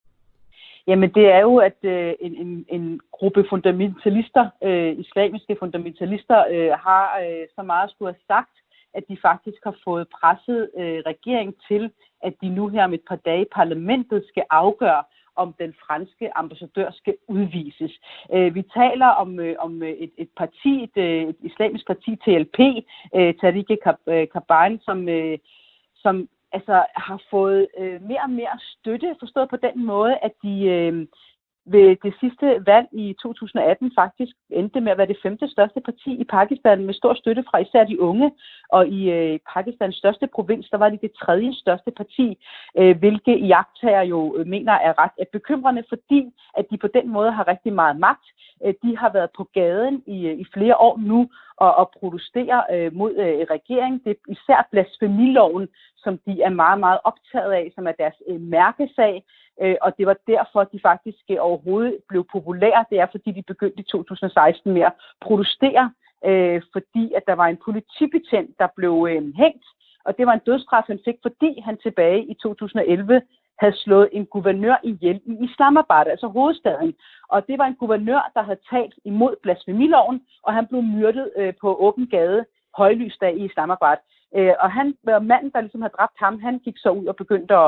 Jamen det er jo, at øh, en, en, en gruppe fundamentalister, øh, islamiske fundamentalister, øh, har øh, så meget skulle have sagt, at de faktisk har fået presset øh, regeringen til, at de nu her om et par dage i parlamentet skal afgøre, om den franske ambassadør skal udvises. Øh, vi taler om, øh, om et, et parti, et, et islamisk parti, T L P, øh, Tehrik-e-Taliban, som, øh, som altså, har fået øh, mere og mere støtte, forstået på den måde, at de øh, ved det sidste valg i to tusind atten faktisk endte med at være det femte største parti i Pakistan med stor støtte fra især de unge. Og i øh, Pakistans største provins, der var det det tredje største parti, øh, hvilke iagttager jo øh, mener er ret bekymrende, fordi at de på den måde har rigtig meget magt. Øh, de har været på gaden i, i flere år nu og, og protesterer øh, mod øh, regeringen. Det er især blasfemiloven, som de er meget, meget optaget af, som er deres øh, mærkesag. Øh, og det var derfor, de faktisk øh, overhovedet blev populære. Det er, fordi de begyndte i to tusind og seksten med at protestere, øh, fordi at der var en politibetjent, der blev øh, hængt. Og det var en dødsstraf, han fik, fordi han tilbage i to tusind og elleve havde slået en guvernør ihjel i Islamabad, altså hovedstaden. Og det var en guvernør, der havde talt imod blasfemiloven, og han blev myrdet øh, på åben gade højlysdag i Islamabad. Øh, og han, manden, der ligesom havde dræbt ham, han gik så ud og begyndte at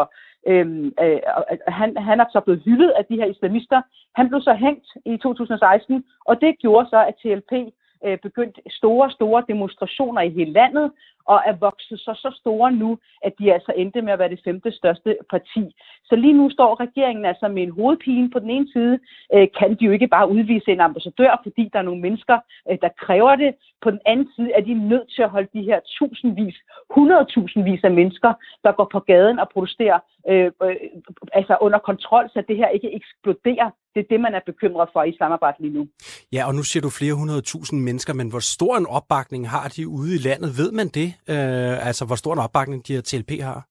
Øhm, øh, han, han er så blevet hyldet af de her islamister. Han blev så hængt i to tusind og seksten, og det gjorde så, at T L P øh, begyndte store, store demonstrationer i hele landet, og er vokset så, så store nu, at de altså endte med at være det femte største parti. Så lige nu står regeringen altså med en hovedpine. På den ene side øh, kan de jo ikke bare udvise en ambassadør, fordi der er nogle mennesker, øh, der kræver det. På den anden side er de nødt til at holde de her tusindvis, hundredtusindvis af mennesker, der går på gaden og protesterer øh, øh, altså under kontrol, så det her ikke eksploderer. Det er det, man er bekymret for i Islamabad lige nu. Ja, og nu siger du flere hundrede tusind mennesker, men hvor stor en opbakning har de ude i landet? Ved man det? Øh, altså, hvor stor en opbakning de her T L P har?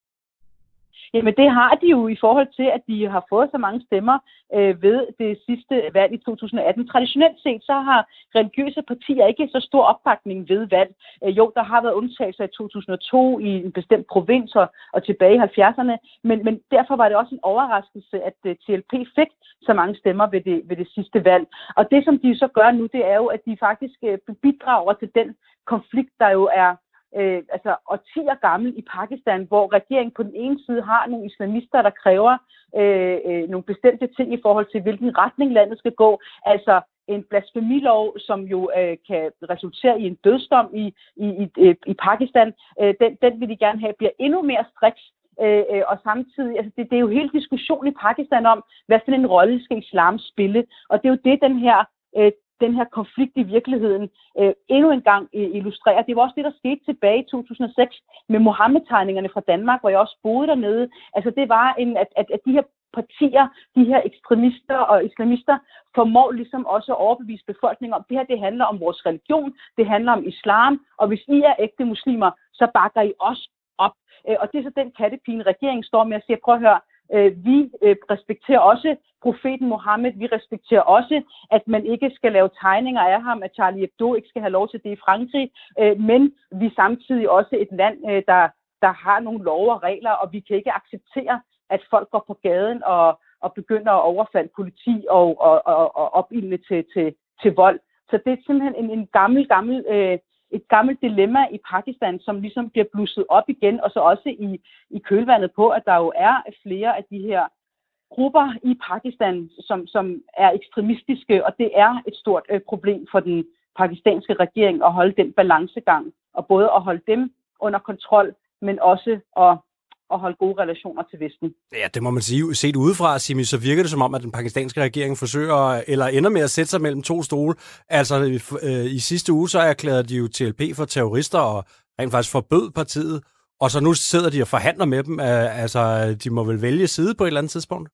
Jamen, det har de jo i forhold til, at de har fået så mange stemmer øh, ved det sidste valg i to tusind og atten. Traditionelt set, så har religiøse partier ikke så stor opbakning ved valg. Øh, jo, der har været undtagelser i to tusind og to i en bestemt provins og, og tilbage i halvfjerdserne, men, men derfor var det også en overraskelse, at uh, T L P fik så mange stemmer ved det, ved det sidste valg. Og det, som de så gør nu, det er jo, at de faktisk øh, bidrager til den konflikt, der jo er Øh, altså årtier gammel i Pakistan, hvor regeringen på den ene side har nogle islamister, der kræver øh, øh, nogle bestemte ting i forhold til, hvilken retning landet skal gå. Altså en blasfemilov, som jo øh, kan resultere i en dødsdom i, i, i, i Pakistan, øh, den, den vil de gerne have, bliver endnu mere striks. Øh, øh, og samtidig, altså det, det er jo hele diskussion i Pakistan om, hvad for en rolle skal islam spille. Og det er jo det, den her øh, den her konflikt i virkeligheden øh, endnu en gang øh, illustrerer. Det var også det, der skete tilbage i to tusind og seks med Mohammed-tegningerne fra Danmark, hvor jeg også boede dernede. Altså det var, en, at, at, at de her partier, de her ekstremister og islamister, formår ligesom også at overbevise befolkningen om, det her det handler om vores religion, det handler om islam, og hvis I er ægte muslimer, så bakker I også op. Øh, og det er så den kattepine, regeringen står med at sige, prøv at høre, vi respekterer også profeten Mohammed. Vi respekterer også, at man ikke skal lave tegninger af ham, at Charlie Hebdo ikke skal have lov til det i Frankrig. Men vi er samtidig også et land, der, der har nogle love og regler, og vi kan ikke acceptere, at folk går på gaden og, og begynder at overfalde politi og, og, og, og opildne til, til, til vold. Så det er simpelthen en, en gammel, gammel... Øh, et gammelt dilemma i Pakistan, som ligesom bliver blusset op igen, og så også i, i kølvandet på, at der jo er flere af de her grupper i Pakistan, som, som er ekstremistiske, og det er et stort øh, problem for den pakistanske regering at holde den balancegang, og både at holde dem under kontrol, men også at og holde gode relationer til Vesten. Ja, det må man sige. Set udefra, Simi, så virker det som om, at den pakistanske regering forsøger, eller ender med at sætte sig mellem to stole. Altså, øh, i sidste uge, så erklærede de jo T L P for terrorister, og rent faktisk forbød partiet, og så nu sidder de og forhandler med dem. Øh, altså, de må vel vælge side på et eller andet tidspunkt?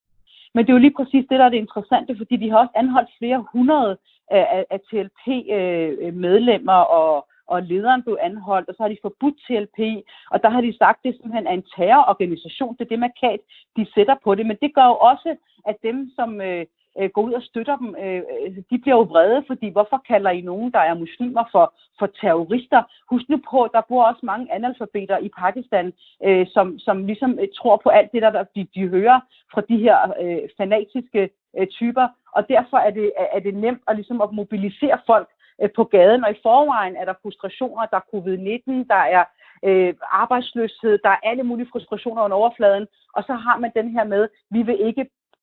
Men det er jo lige præcis det, der er det interessante, fordi de har også anholdt flere hundrede af, af T L P-medlemmer, og og lederen blev anholdt, og så har de forbudt T L P, og der har de sagt, at det simpelthen er en terrororganisation. Det er det markat, de sætter på det, men det gør jo også, at dem, som øh, går ud og støtter dem, øh, de bliver jo vrede, fordi hvorfor kalder I nogen, der er muslimer, for, for terrorister? Husk nu på, der bor også mange analfabeter i Pakistan, øh, som, som ligesom øh, tror på alt det, der de, de hører fra de her øh, fanatiske øh, typer, og derfor er det, er det nemt at, ligesom at mobilisere folk på gaden, og i forvejen er der frustrationer, der er covid nitten, der er øh, arbejdsløshed, der er alle mulige frustrationer under overfladen, og så har man den her med, vi vil ikke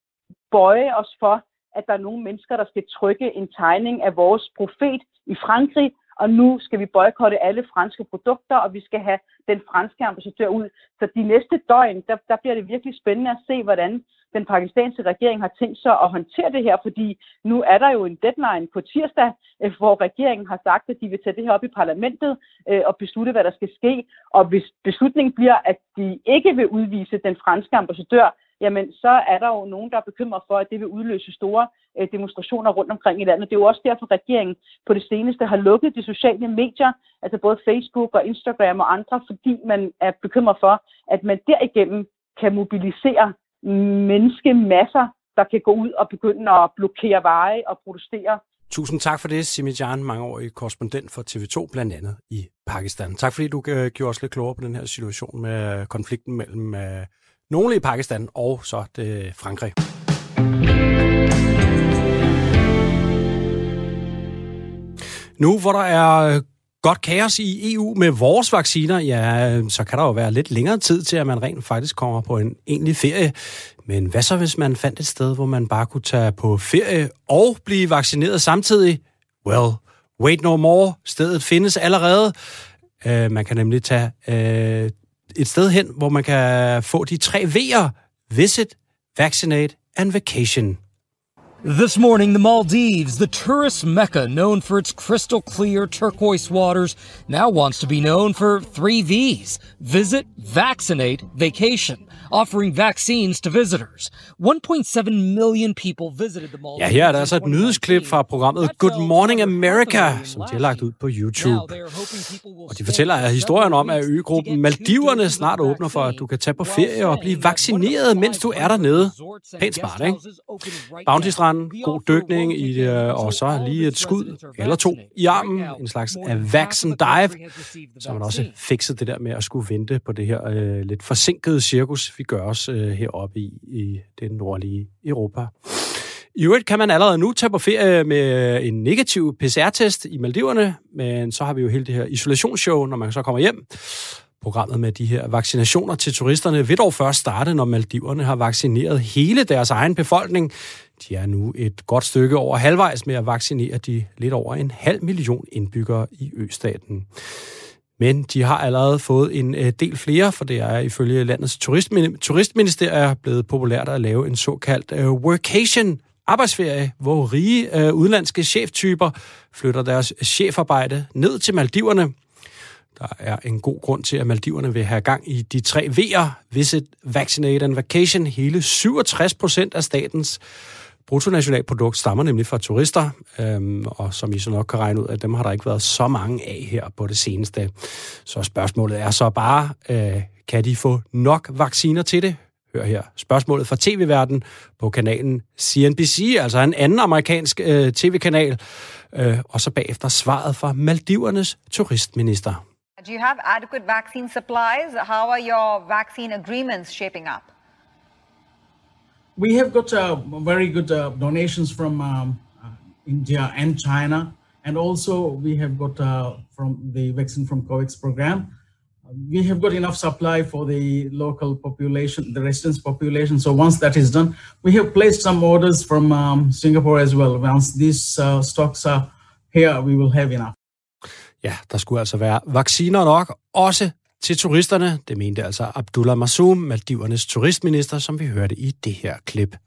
bøje os for, at der er nogle mennesker, der skal trykke en tegning af vores profet i Frankrig, og nu skal vi boykotte alle franske produkter, og vi skal have den franske ambassadør ud. Så de næste døgn, der, der bliver det virkelig spændende at se, hvordan den pakistanske regering har tænkt sig at håndtere det her, fordi nu er der jo en deadline på tirsdag, hvor regeringen har sagt, at de vil tage det her op i parlamentet og beslutte, hvad der skal ske. Og hvis beslutningen bliver, at de ikke vil udvise den franske ambassadør, jamen så er der jo nogen, der er bekymret for, at det vil udløse store demonstrationer rundt omkring i landet. Det er jo også derfor, at regeringen på det seneste har lukket de sociale medier, altså både Facebook og Instagram og andre, fordi man er bekymret for, at man derigennem kan mobilisere menneskemasser, der kan gå ud og begynde at blokere veje og protestere. Tusind tak for det, Simi Jan, mangeårig korrespondent for T V to, blandt andet i Pakistan. Tak fordi du gjorde os lidt klogere på den her situation med konflikten mellem nogle i Pakistan og så det Frankrig. Nu hvor der er godt kaos i E U med vores vacciner, ja, så kan der jo være lidt længere tid til, at man rent faktisk kommer på en egentlig ferie. Men hvad så, hvis man fandt et sted, hvor man bare kunne tage på ferie og blive vaccineret samtidig? Well, wait no more. Stedet findes allerede. Uh, man kan nemlig tage uh, et sted hen, hvor man kan få de tre V'er. Visit, vaccinate and vacation. This morning, the Maldives, the tourist mecca known for its crystal clear turquoise waters, now wants to be known for three V's. Visit, vaccinate, vacation, offering vaccines to visitors. one point seven million people visited the Maldives. Ja, her er der altså et nyhedsklip fra programmet Good Morning America, som de har lagt ud på YouTube. Og de fortæller af historien om, at øgruppen Maldiverne snart åbner for, at du kan tage på ferie og blive vaccineret, mens du er dernede. Pænt smart, ikke? Bounty-stranden, god dykning i det, og så lige et skud eller to i armen. En slags vaccine dive, så man også fikset det der med at skulle vente på det her øh, lidt forsinkede cirkus, vi gør os øh, heroppe i, i det nordlige Europa. I øvrigt kan man allerede nu tage på ferie med en negativ P C R-test i Maldiverne, men så har vi jo hele det her isolationsshow, når man så kommer hjem. Programmet med de her vaccinationer til turisterne vil dog først starte, når Maldiverne har vaccineret hele deres egen befolkning. De er nu et godt stykke over halvvejs med at vaccinere de lidt over en halv million indbyggere i østaten. Men de har allerede fået en del flere, for det er ifølge landets turistministerier blevet populært at lave en såkaldt workation arbejdsferie, hvor rige udenlandske cheftyper flytter deres chefarbejde ned til Maldiverne. Der er en god grund til, at Maldiverne vil have gang i de tre V'er, Visit, Vaccinate and Vacation. Hele syvogtres procent af statens bruttonationalprodukt stammer nemlig fra turister, øhm, og som I så nok kan regne ud, at dem har der ikke været så mange af her på det seneste. Så spørgsmålet er så bare, øh, kan de få nok vacciner til det? Hør her spørgsmålet fra T V-verden på kanalen C N B C, altså en anden amerikansk øh, tv-kanal, øh, og så bagefter svaret fra Maldivernes turistminister. Do you have adequate vaccine supplies? How are your vaccine agreements shaping up? We have got uh, very good uh, donations from um, uh, India and China, and also we have got uh, from the vaccine from COVAX program. Uh, we have got enough supply for the local population, the residents' population. So once that is done, we have placed some orders from um, Singapore as well. Once these uh, stocks are here, we will have enough. Ja, der skulle altså være vacciner nok, også til turisterne. Det mente altså Abdullah Masum, Maldivernes turistminister, som vi hørte i det her klip.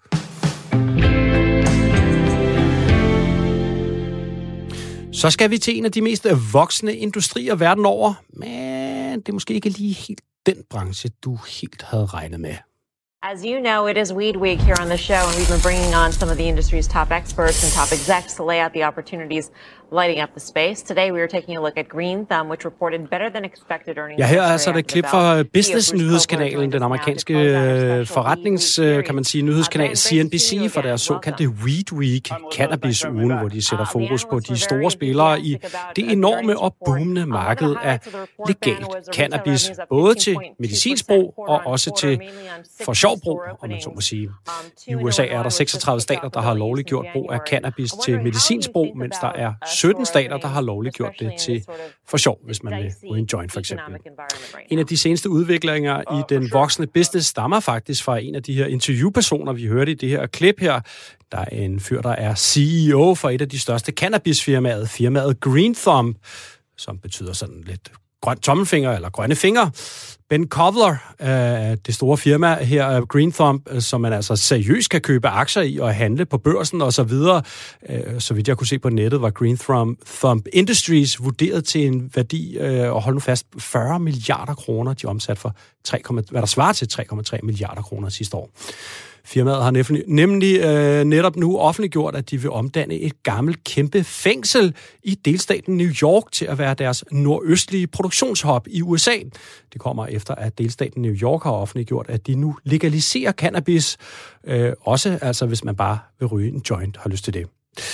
Så skal vi til en af de mest voksne industrier verden over, men det er måske ikke lige helt den branche, du helt havde regnet med. As you know, it is Weed Week here on the show, and we've been bringing on some of the industry's top experts and top execs to lay out the opportunities lighting up the space. Today, we are taking a look at Green Thumb, which reported better than expected earnings. Ja, her er altså et klip fra Business-nyhedskanalen, den amerikanske forretnings, kan man sige, nyhedskanal C N B C, for deres såkaldte Weed Week, cannabis-ugen, hvor de sætter fokus på de store spillere i det enorme og boomende marked af legalt cannabis, både til medicinsk brug og også til for sjov brug, om man så må sige. I U S A er der seksogtredive stater, der har lovliggjort brug af cannabis til medicinsk brug, mens der er sytten stater, der har lovliggjort det til for sjov, hvis man vil ryge en joint for eksempel. En af de seneste udviklinger i den voksne business stammer faktisk fra en af de her interviewpersoner, vi hørte i det her klip her. Der er en fyr, der er C E O for et af de største cannabisfirmaer, firmaet Green Thumb, som betyder sådan lidt grøn tommelfinger eller grønne fingre. Ben Kovler, øh, det store firma her, Green Thumb, som man altså seriøst kan købe aktier i og handle på børsen og så videre. Øh, så vidt jeg kunne se på nettet, var Green Thumb, Thumb Industries vurderet til en værdi, øh, og hold nu fast, fyrre milliarder kroner, de omsat for tre, hvad der svarer til tre komma tre milliarder kroner sidste år. Firmaet har nemlig, nemlig øh, netop nu offentliggjort, at de vil omdanne et gammelt kæmpe fængsel i delstaten New York til at være deres nordøstlige produktionshub i U S A. Det kommer efter, at delstaten New York har offentliggjort, at de nu legaliserer cannabis. Øh, også altså, hvis man bare vil ryge en joint, har lyst til det.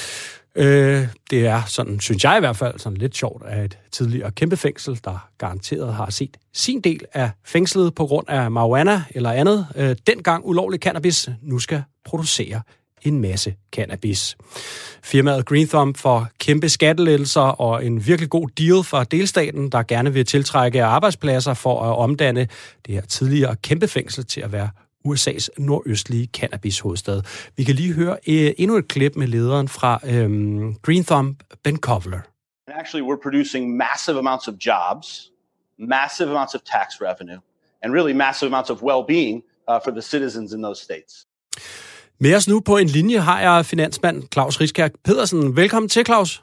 Øh, det er sådan, synes jeg i hvert fald, sådan lidt sjovt, at et tidligere kæmpe fængsel, der garanteret har set sin del af fængslet på grund af marijuana eller andet, øh, dengang ulovlig cannabis, nu skal producere en masse cannabis. Firmaet Green Thumb får kæmpe skattelettelser og en virkelig god deal fra delstaten, der gerne vil tiltrække arbejdspladser for at omdanne det her tidligere kæmpe fængsel til at være U S A's nordøstlige cannabis-hovedstad. Vi kan lige høre uh, endnu et klip med lederen fra um, Green Thumb, Ben Kovler. Actually, we're producing massive amounts of jobs, massive amounts of tax revenue, and really massive amounts of well-being uh, for the citizens in those states. Med os nu på en linje har jeg finansmand Claus Riskær Pedersen. Velkommen til, Claus.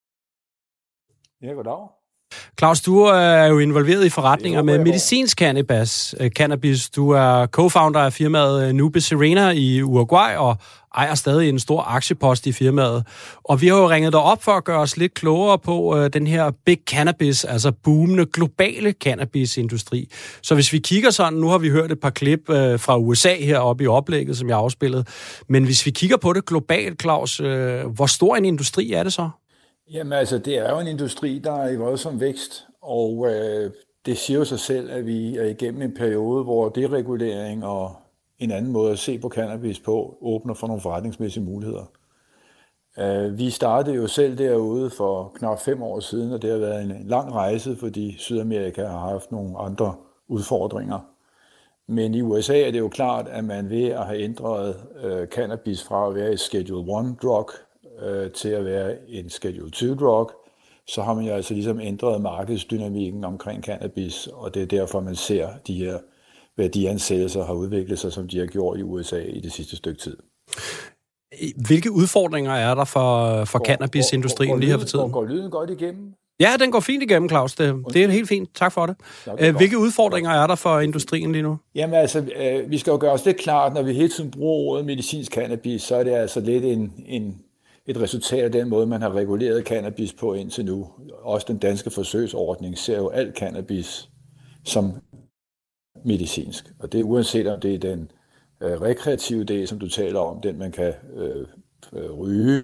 Ja, goddag. Claus, du er jo involveret i forretninger med medicinsk cannabis. cannabis. Du er co-founder af firmaet Nube Serena i Uruguay og ejer stadig en stor aktiepost i firmaet. Og vi har jo ringet dig op for at gøre os lidt klogere på uh, den her big cannabis, altså boomende globale cannabisindustri. Så hvis vi kigger sådan, nu har vi hørt et par klip uh, fra U S A heroppe i oplægget, som jeg afspillede. Men hvis vi kigger på det globalt, Claus, uh, hvor stor en industri er det så? Jamen altså, det er jo en industri, der er i voldsom vækst, og øh, det siger jo sig selv, at vi er igennem en periode, hvor deregulering og en anden måde at se på cannabis på, åbner for nogle forretningsmæssige muligheder. Øh, vi startede jo selv derude for knap fem år siden, og det har været en lang rejse, fordi Sydamerika har haft nogle andre udfordringer. Men i U S A er det jo klart, at man ved at have ændret øh, cannabis fra at være et Schedule et drug, til at være en Schedule to drug, så har man jo altså ligesom ændret markedsdynamikken omkring cannabis, og det er derfor, man ser de her værdiansættelser har udviklet sig, som de har gjort i U S A i det sidste stykke tid. Hvilke udfordringer er der for, for går, cannabisindustrien går, går, lige her for tiden? Går, går lyden godt igennem? Ja, den går fint igennem, Claus. Det, det er helt fint. Tak for det. det Hvilke udfordringer er der for industrien lige nu? Jamen altså, øh, vi skal jo gøre os lidt klart, når vi hele tiden bruger ordet medicinsk cannabis, så er det altså lidt en, en et resultat af den måde, man har reguleret cannabis på indtil nu. Også den danske forsøgsordning ser jo alt cannabis som medicinsk. Og det er uanset om det er den øh, rekreative del, som du taler om, den man kan øh, øh, ryge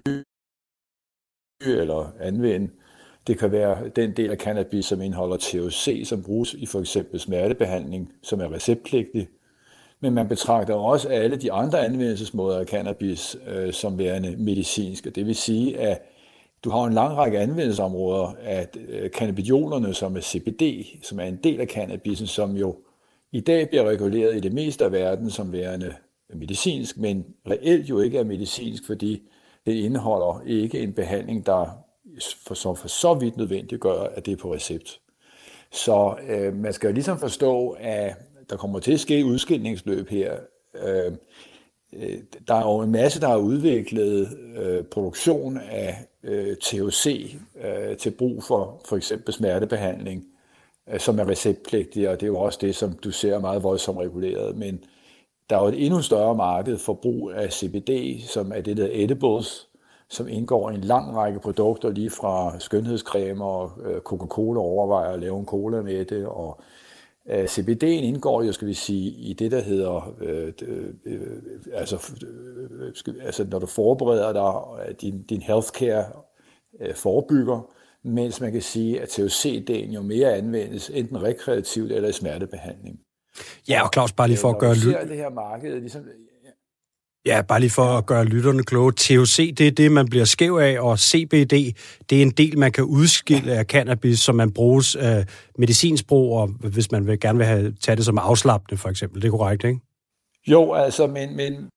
eller anvende. Det kan være den del af cannabis, som indeholder T H C, som bruges i for eksempel smertebehandling, som er receptpligtig. Men man betragter også alle de andre anvendelsesmåder af cannabis øh, som værende medicinske. Det vil sige, at du har en lang række anvendelsesområder af øh, cannabidiolerne, som er C B D, som er en del af cannabisen, som jo i dag bliver reguleret i det meste af verden som værende medicinsk, men reelt jo ikke er medicinsk, fordi det indeholder ikke en behandling, der for så, for så vidt nødvendigt gør, at det er på recept. Så øh, man skal jo ligesom forstå, at der kommer til at ske udskilningsløb her. Øh, der er jo en masse, der har udviklet øh, produktion af øh, T H C øh, til brug for for eksempel smertebehandling, øh, som er receptpligtig, og det er jo også det, som du ser meget voldsomt reguleret. Men der er jo et endnu større marked for brug af C B D, som er det der edibles, som indgår i en lang række produkter, lige fra skønhedscremer, Coca-Cola overvejer at lave en cola med det, og C B D'en indgår jo, skal vi sige, i det, der hedder, øh, øh, altså, øh, altså når du forbereder dig, din, din healthcare øh, forebygger, mens man kan sige, at T H C-delen jo mere anvendes, enten rekreativt eller i smertebehandling. Ja, og Claus, bare lige for at gøre lyt. det her marked, ligesom, Ja, bare lige for at gøre lytterne kloge. T H C, det er det, man bliver skæv af, og C B D, det er en del, man kan udskille af cannabis, som man bruges øh, medicinsk brug, og hvis man vil, gerne vil have, tage det som afslappende, for eksempel. Det er korrekt, ikke? Jo, altså, men, men,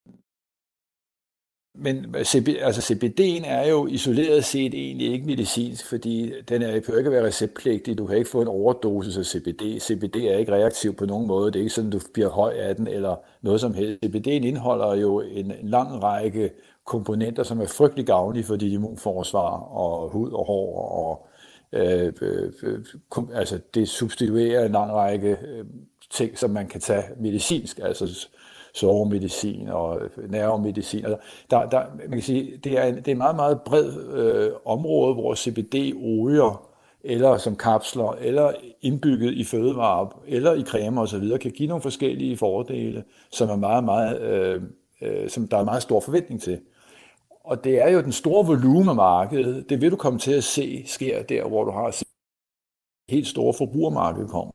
men C B, altså C B D'en er jo isoleret set egentlig ikke medicinsk, fordi den er, kan jo ikke være receptpligtig. Du kan ikke få en overdosis af C B D. C B D er ikke reaktiv på nogen måde. Det er ikke sådan, du bliver høj af den eller noget som helst. C B D'en indeholder jo en, en lang række komponenter, som er frygtelig gavnlige for dit immunforsvar og hud og hår. Og, øh, øh, øh, altså det substituerer en lang række øh, ting, som man kan tage medicinsk, altså sovemedicin og nervemedicin. Altså, der, der, man kan sige, det er en, det er en meget, meget bred øh, område, hvor C B D-olier, eller som kapsler, eller indbygget i fødevarer, eller i cremer osv., kan give nogle forskellige fordele, som er meget, meget, øh, øh, som der er meget stor forventning til. Og det er jo den store volumen af markedet. Det vil du komme til at se sker der, hvor du har helt store forbrugermarked kommer.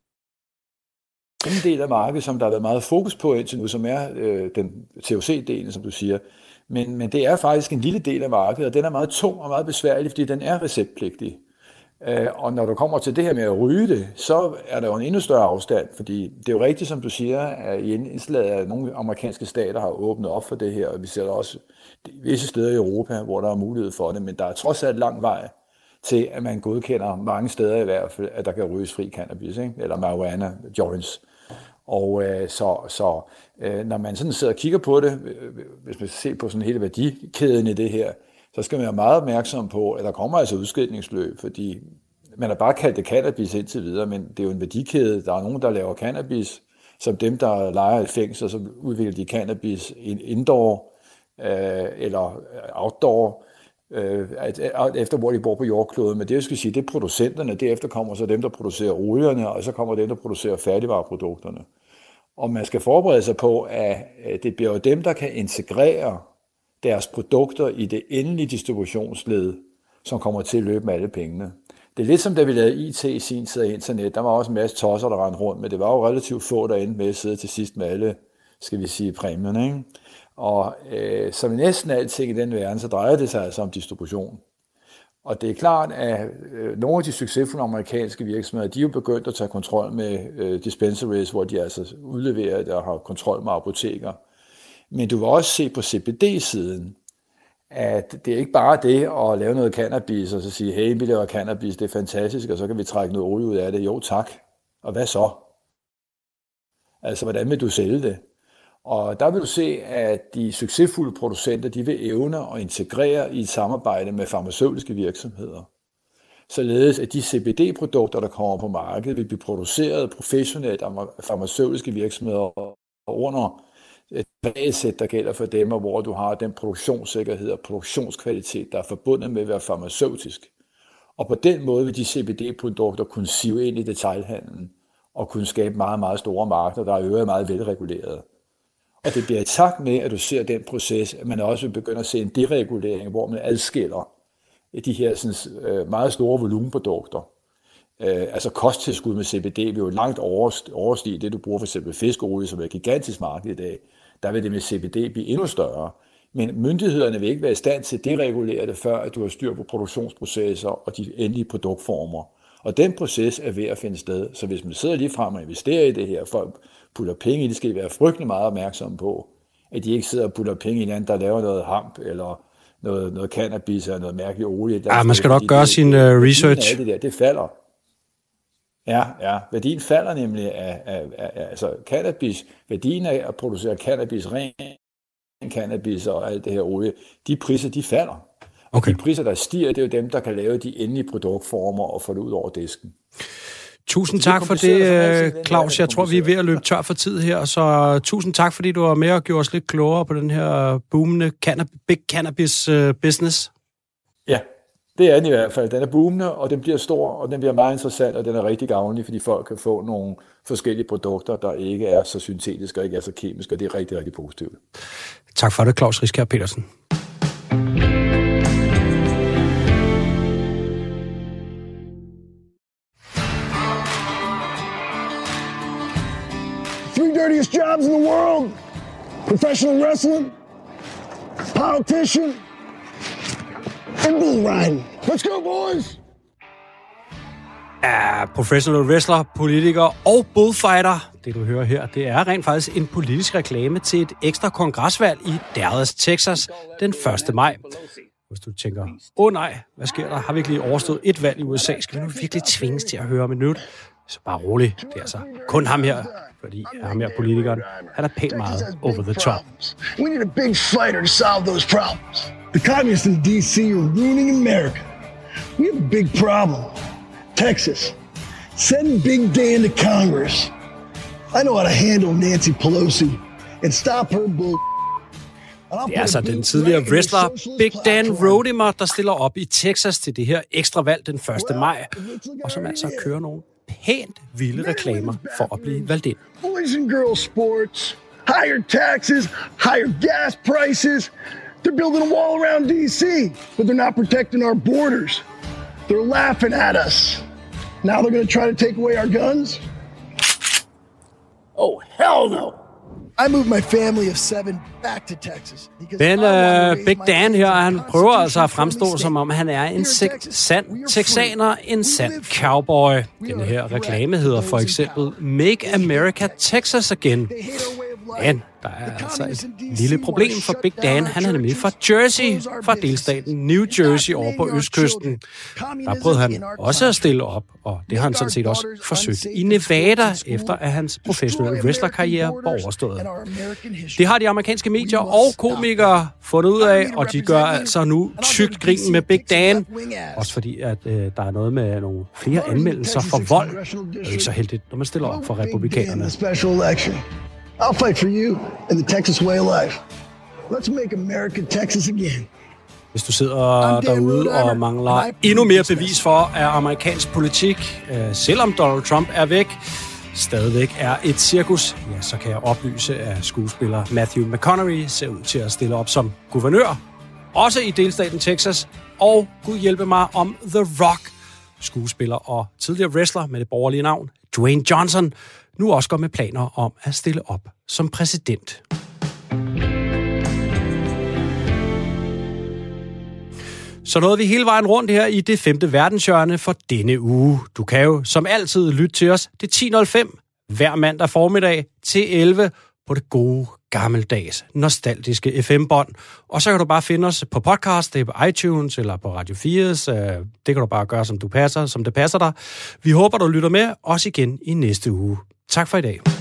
En del af markedet, som der har været meget fokus på indtil nu, som er øh, den T H C-delen, som du siger, Men, men det er faktisk en lille del af markedet, og den er meget tung og meget besværlig, fordi den er receptpligtig. Og når du kommer til det her med at ryge det, så er der jo en endnu større afstand, fordi det er jo rigtigt, som du siger, at i indslaget af nogle amerikanske stater har åbnet op for det her, og vi ser der også visse steder i Europa, hvor der er mulighed for det, men der er trods alt lang vej til, at man godkender mange steder i hvert fald, at der kan ryges fri cannabis, ikke? Eller marijuana joints. Og øh, så, så øh, når man sådan sidder og kigger på det, hvis man ser på sådan hele værdikæden i det her, så skal man være meget opmærksom på, at der kommer altså udskilningsløb, fordi man har bare kaldt det cannabis indtil videre, men det er jo en værdikæde. Der er nogen, der laver cannabis, som dem, der leger et fængsel, så udvikler de cannabis indoor øh, eller outdoor, øh, efter hvor de bor på jordkloden. Men det, jeg skal sige, det er producenterne. Derefter kommer så dem, der producerer olierne, og så kommer dem, der producerer færdigvareprodukterne. Og man skal forberede sig på, at det bliver jo dem, der kan integrere deres produkter i det endelige distributionsled, som kommer til at løbe med alle pengene. Det er lidt som da vi lavede I T i sin tid af internet. Der var også en masse tosser, der rendte rundt, men det var jo relativt få, der endte med at sidde til sidst med alle, skal vi sige, præmierne, ikke? Og øh, som i næsten alting i den verden, så drejer det sig altså om distribution. Og det er klart, at øh, nogle af de succesfulde amerikanske virksomheder, de er jo begyndt at tage kontrol med øh, dispensaries, hvor de altså udleverer og har kontrol med apoteker. Men du vil også se på C B D-siden, at det er ikke bare det at lave noget cannabis og så sige, hey, vi laver cannabis, det er fantastisk, og så kan vi trække noget olie ud af det. Jo, tak. Og hvad så? Altså, hvordan vil du sælge det? Og der vil du se, at de succesfulde producenter, de vil evne at integrere i et samarbejde med farmaceutiske virksomheder. Således at de C B D-produkter, der kommer på markedet, vil blive produceret professionelt af farmaceutiske virksomheder under et regelsæt, der gælder for dem, og hvor du har den produktionssikkerhed og produktionskvalitet, der er forbundet med at være farmaceutisk. Og på den måde vil de C B D-produkter kunne sive ind i detailhandlen og kunne skabe meget, meget store markeder, der er øvrigt meget velreguleret. Og det bliver i takt med, at du ser den proces, at man også vil begynde at se en deregulering, hvor man adskiller de her sådan, meget store volumenprodukter. Altså kosttilskud med C B D vil jo langt overstige det, du bruger for eksempel fiskeolie, som er et gigantisk marked i dag. Der vil det med C B D blive endnu større. Men myndighederne vil ikke være i stand til at deregulere det, før at du har styr på produktionsprocesser og de endelige produktformer. Og den proces er ved at finde sted. Så hvis man sidder lige frem og investerer i det her, folk putter penge i, de skal være frygtelig meget opmærksomme på, at de ikke sidder og putter penge i en anden, der laver noget hamp eller noget, noget cannabis eller noget mærkelig olie. Der ja, man skal nok gøre det, sin uh, research. Det, der, det falder. Ja, ja. Værdien falder nemlig af, af, af, af altså cannabis. Værdien af at producere cannabis, ren cannabis og alt det her olie, de priser, de falder. Okay. De priser, der stiger, det er jo dem, der kan lave de endelige produktformer og få det ud over disken. Tusind tak for det, Claus. Jeg tror, vi er ved at løbe tør for tid her, så tusind tak, fordi du var med og gjorde os lidt klogere på den her boomende cannabis, big cannabis business. Ja, det er den i hvert fald. Den er boomende, og den bliver stor, og den bliver meget interessant, og den er rigtig gavnlig, fordi folk kan få nogle forskellige produkter, der ikke er så syntetiske og ikke er så kemiske, og det er rigtig, rigtig positivt. Tak for det, Claus Riskær Petersen. Dirtiest jobs in the world. Professional wrestling, politician, and bull riding. Let's go, boys! Ja, professional wrestler, politiker og bullfighter. Det du hører her, det er rent faktisk en politisk reklame til et ekstra kongresvalg i Dallas, Texas den første maj. Hvis du tænker, åh oh, nej, hvad sker der? Har vi ikke lige overstået et valg i U S A? Skal vi nu virkelig tvinges til at høre om et nyt? Så bare rolig. Det er altså kun ham her, fordi ham her politikeren, han er pænt meget over the top. We need a big fighter to solve those problems. The communists in D C are ruining America. We have a big problem. Texas. Send Big Dan to Congress. I know how to handle Nancy Pelosi and stop her bull. Det er altså den tidligere wrestler Big Dan Rodimer, der stiller op i Texas til det her ekstra valg den første maj, og som altså kører nogle pænt vilde reklamer for at blive valgt ind. Boys and girls sports, higher taxes, higher gas prices. They're building a wall around D C, but they're not protecting our borders. They're laughing at us. Now they're going to try to take away our guns? Oh, hell no. I moved my family of seven back to Texas. Men uh, Big Dan her, han prøver altså at fremstå, som om han er en se- sand texaner, en sand cowboy. Den her reklame hedder for eksempel Make America Texas Again. Men der er altså et lille problem for Big Dan. Han er nemlig fra Jersey, fra delstaten New Jersey over på østkysten. Der prøvede han også at stille op, og det har han sådan set også forsøgt i Nevada, efter at hans professionelle wrestlerkarriere var overstået. Det har de amerikanske medier og komikere fundet ud af, og de gør altså nu tykt grin med Big Dan. Også fordi, at øh, der er noget med nogle flere anmeldelser for vold. Det er ikke så heldigt, når man stiller op for republikanerne. I'll fight for you and the Texas way of life. Let's make America Texas again. Hvis du sidder derude og mangler endnu mere bevis for, at amerikansk politik, selvom Donald Trump er væk, stadigvæk er et cirkus, ja, så kan jeg oplyse, at skuespiller Matthew McConaughey ser ud til at stille op som guvernør, også i delstaten Texas, og Gud hjælpe mig om The Rock, skuespiller og tidligere wrestler med det borgerlige navn Dwayne Johnson, nu også går med planer om at stille op som præsident. Så nåede vi hele vejen rundt her i det femte verdenshjørne for denne uge. Du kan jo som altid lytte til os. Det er ti nul fem hver mandag formiddag til elleve på det gode, gammeldags, nostalgiske F M-bånd. Og så kan du bare finde os på podcast, det er på iTunes eller på Radio fires. Det kan du bare gøre, som du passer, som det passer dig. Vi håber, du lytter med, også igen i næste uge. Tak for i dag.